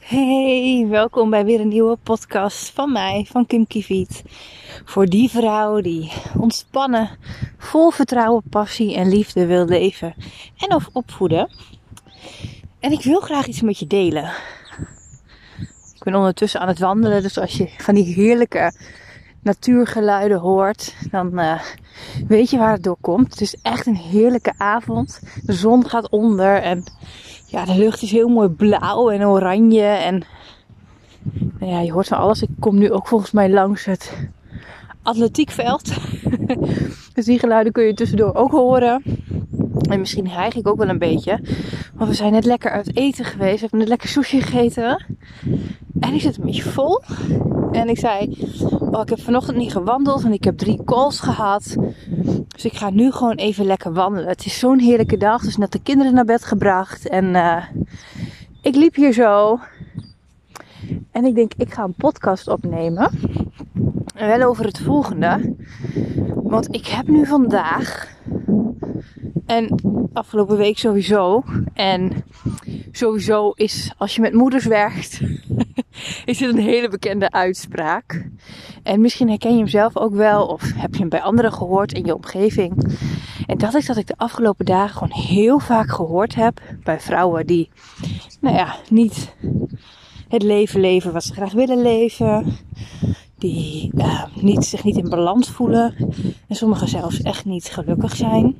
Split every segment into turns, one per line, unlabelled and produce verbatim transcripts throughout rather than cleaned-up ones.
Hey, welkom bij weer een nieuwe podcast van mij, van Kim Kiefiet. Voor die vrouw die ontspannen, vol vertrouwen, passie en liefde wil leven en of opvoeden. En ik wil graag iets met je delen. Ik ben ondertussen aan het wandelen, dus als je van die heerlijke natuurgeluiden hoort, dan uh, weet je waar het door komt. Het is echt een heerlijke avond. De zon gaat onder en ja, de lucht is heel mooi blauw en oranje. En nou ja, je hoort van alles. Ik kom nu ook volgens mij langs het atletiekveld. Dus die geluiden kun je tussendoor ook horen. En misschien hijg ik ook wel een beetje. Want we zijn net lekker uit eten geweest. We hebben net lekker sushi gegeten. En ik zit een beetje vol. En ik zei, oh, ik heb vanochtend niet gewandeld. En ik heb drie calls gehad. Dus ik ga nu gewoon even lekker wandelen. Het is zo'n heerlijke dag. Dus net de kinderen naar bed gebracht. En uh, ik liep hier zo. En ik denk, ik ga een podcast opnemen. En wel over het volgende. Want ik heb nu vandaag... En afgelopen week sowieso. En sowieso is, als je met moeders werkt, is dit een hele bekende uitspraak. En misschien herken je hem zelf ook wel. Of heb je hem bij anderen gehoord in je omgeving. En dat is dat ik de afgelopen dagen gewoon heel vaak gehoord heb. Bij vrouwen die, nou ja, niet het leven leven wat ze graag willen leven. Die uh, niet, zich niet in balans voelen. En sommigen zelfs echt niet gelukkig zijn.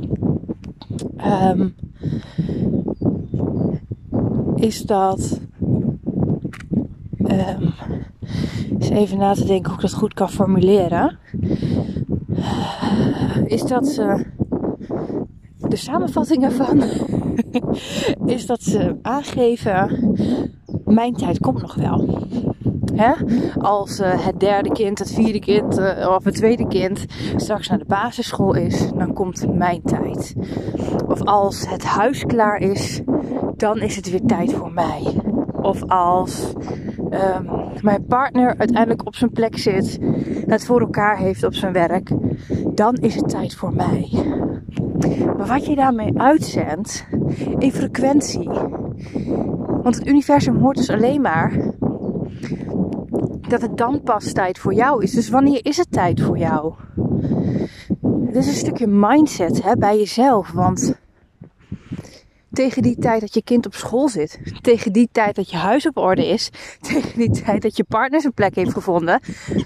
Um, is dat... Um, eens even na te denken hoe ik dat goed kan formuleren. Uh, is dat ze... De samenvatting ervan is dat ze aangeven... Mijn tijd komt nog wel. Hè? Als uh, het derde kind, het vierde kind uh, of het tweede kind straks naar de basisschool is, dan komt mijn tijd. Of als het huis klaar is, dan is het weer tijd voor mij. Of als um, mijn partner uiteindelijk op zijn plek zit, het voor elkaar heeft op zijn werk, dan is het tijd voor mij. Maar wat je daarmee uitzendt, in frequentie. Want het universum hoort dus alleen maar dat het dan pas tijd voor jou is. Dus wanneer is het tijd voor jou? Het is een stukje mindset, hè, bij jezelf. Want tegen die tijd dat je kind op school zit, tegen die tijd dat je huis op orde is, tegen die tijd dat je partner zijn plek heeft gevonden,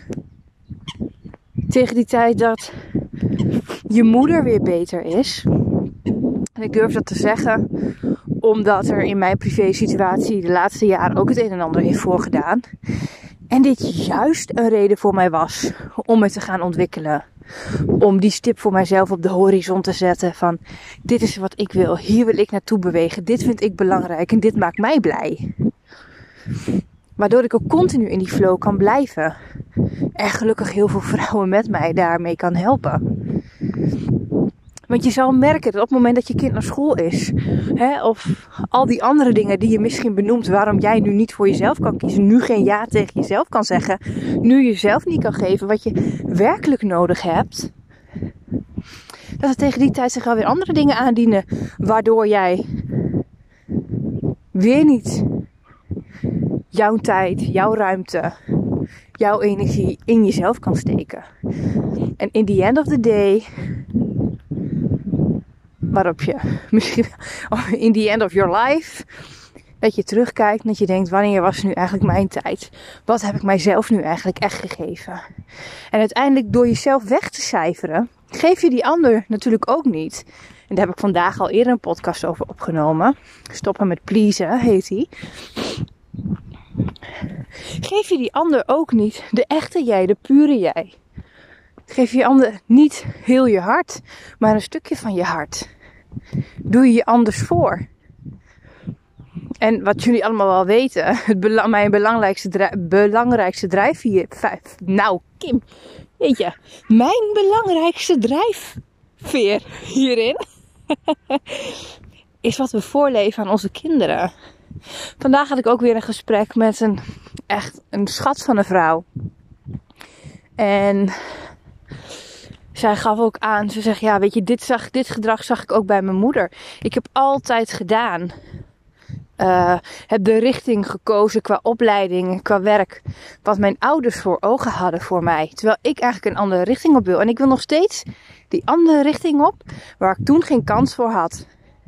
tegen die tijd dat je moeder weer beter is. En ik durf dat te zeggen omdat er in mijn privé situatie de laatste jaren ook het een en ander heeft voorgedaan. En dit juist een reden voor mij was om me te gaan ontwikkelen. Om die stip voor mijzelf op de horizon te zetten van dit is wat ik wil, hier wil ik naartoe bewegen, dit vind ik belangrijk en dit maakt mij blij. Waardoor ik ook continu in die flow kan blijven. En gelukkig heel veel vrouwen met mij daarmee kan helpen. Want je zal merken dat op het moment dat je kind naar school is, hè, of al die andere dingen die je misschien benoemt waarom jij nu niet voor jezelf kan kiezen, nu geen ja tegen jezelf kan zeggen, nu jezelf niet kan geven wat je werkelijk nodig hebt, dat er tegen die tijd zich alweer andere dingen aandienen, waardoor jij weer niet jouw tijd, jouw ruimte, jouw energie in jezelf kan steken. En in the end of the day, waarop je misschien in the end of your life, dat je terugkijkt en dat je denkt, wanneer was nu eigenlijk mijn tijd? Wat heb ik mijzelf nu eigenlijk echt gegeven? En uiteindelijk door jezelf weg te cijferen, geef je die ander natuurlijk ook niet. En daar heb ik vandaag al eerder een podcast over opgenomen. Stoppen met pleasen heet die. Geef je die ander ook niet de echte jij, de pure jij. Geef je ander niet heel je hart, maar een stukje van je hart. Doe je je anders voor. En wat jullie allemaal wel weten, het bela- mijn belangrijkste, drijf, belangrijkste drijfveer, vijf, nou Kim, weet je, mijn belangrijkste drijfveer hierin is wat we voorleven aan onze kinderen. Vandaag had ik ook weer een gesprek met een echt een schat van een vrouw. En zij gaf ook aan, ze zegt, ja weet je, dit, zag, dit gedrag zag ik ook bij mijn moeder. Ik heb altijd gedaan uh, heb de richting gekozen qua opleiding, qua werk, wat mijn ouders voor ogen hadden voor mij. Terwijl ik eigenlijk een andere richting op wil. En ik wil nog steeds die andere richting op, waar ik toen geen kans voor had.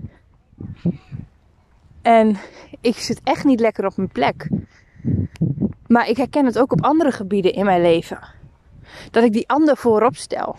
En ik zit echt niet lekker op mijn plek. Maar ik herken het ook op andere gebieden in mijn leven. Dat ik die ander voorop stel.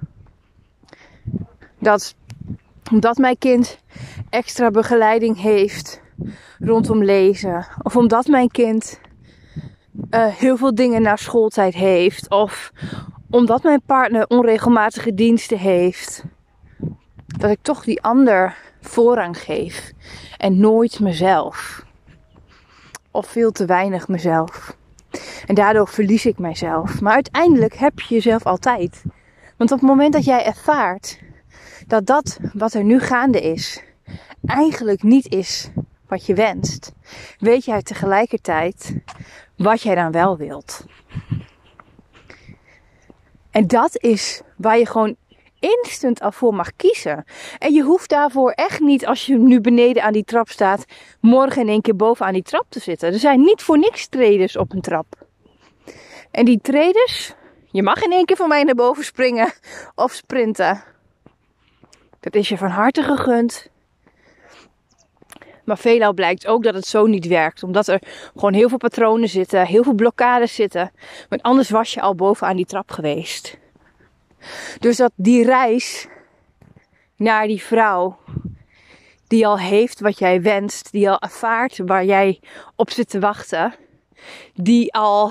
Dat omdat mijn kind extra begeleiding heeft rondom lezen. Of omdat mijn kind uh, heel veel dingen na schooltijd heeft. Of omdat mijn partner onregelmatige diensten heeft. Dat ik toch die ander voorrang geef. En nooit mezelf. Of veel te weinig mezelf. En daardoor verlies ik mijzelf. Maar uiteindelijk heb je jezelf altijd. Want op het moment dat jij ervaart dat dat wat er nu gaande is, eigenlijk niet is wat je wenst, weet jij tegelijkertijd wat jij dan wel wilt. En dat is waar je gewoon instant al voor mag kiezen. En je hoeft daarvoor echt niet, als je nu beneden aan die trap staat, morgen in één keer boven aan die trap te zitten. Er zijn niet voor niks traders op een trap. En die traders, je mag in één keer van mij naar boven springen of sprinten. Dat is je van harte gegund. Maar veelal blijkt ook dat het zo niet werkt. Omdat er gewoon heel veel patronen zitten. Heel veel blokkades zitten. Want anders was je al bovenaan die trap geweest. Dus dat die reis naar die vrouw. Die al heeft wat jij wenst. Die al ervaart waar jij op zit te wachten. Die al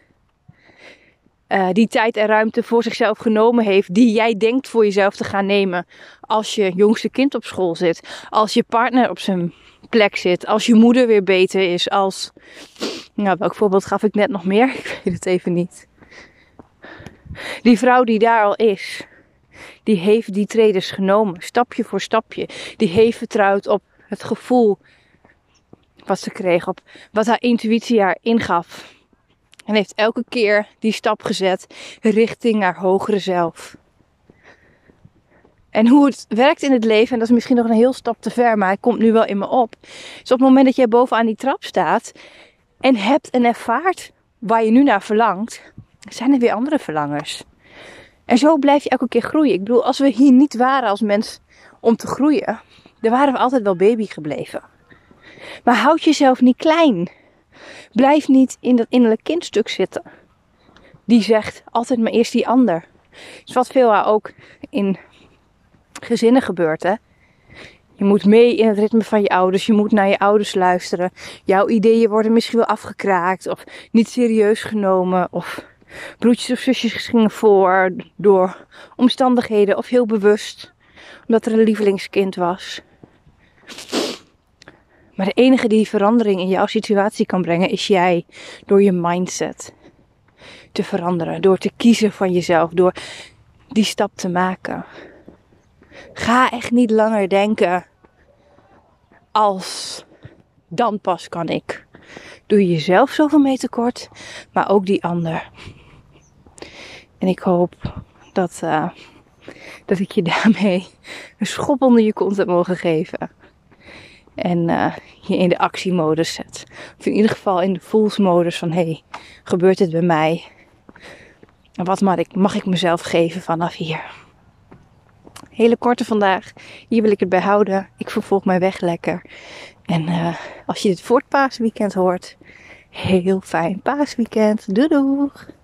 uh, die tijd en ruimte voor zichzelf genomen heeft. Die jij denkt voor jezelf te gaan nemen. Als je jongste kind op school zit. Als je partner op zijn plek zit. Als je moeder weer beter is. Als, nou, welk voorbeeld gaf ik net nog meer? Ik weet het even niet. Die vrouw die daar al is. Die heeft die traders genomen. Stapje voor stapje. Die heeft vertrouwd op het gevoel wat ze kreeg. Op wat haar intuïtie haar ingaf. En heeft elke keer die stap gezet richting haar hogere zelf. En hoe het werkt in het leven, en dat is misschien nog een heel stap te ver, maar het komt nu wel in me op. Is op het moment dat jij bovenaan die trap staat en hebt en ervaart waar je nu naar verlangt, zijn er weer andere verlangers. En zo blijf je elke keer groeien. Ik bedoel, als we hier niet waren als mens om te groeien, dan waren we altijd wel baby gebleven. Maar houd jezelf niet klein. Blijf niet in dat innerlijk kindstuk zitten. Die zegt altijd maar eerst die ander. Dus wat veelal ook in gezinnen gebeurt, hè. Je moet mee in het ritme van je ouders. Je moet naar je ouders luisteren. Jouw ideeën worden misschien wel afgekraakt. Of niet serieus genomen. Of broertjes of zusjes gingen voor door omstandigheden. Of heel bewust. Omdat er een lievelingskind was. Maar de enige die verandering in jouw situatie kan brengen is jij. Door je mindset te veranderen. Door te kiezen van jezelf. Door die stap te maken. Ga echt niet langer denken als dan pas kan ik. Doe je jezelf zoveel mee tekort, maar ook die ander. En ik hoop dat, uh, dat ik je daarmee een schop onder je kont heb mogen geven. En uh, je in de actiemodus zet. Of in ieder geval in de voelsmodus van, hé, hey, gebeurt dit bij mij? En wat mag ik, mag ik mezelf geven vanaf hier? Hele korte vandaag. Hier wil ik het bij houden. Ik vervolg mijn weg lekker. En uh, als je dit voor het paasweekend hoort, heel fijn paasweekend. Doei doeg!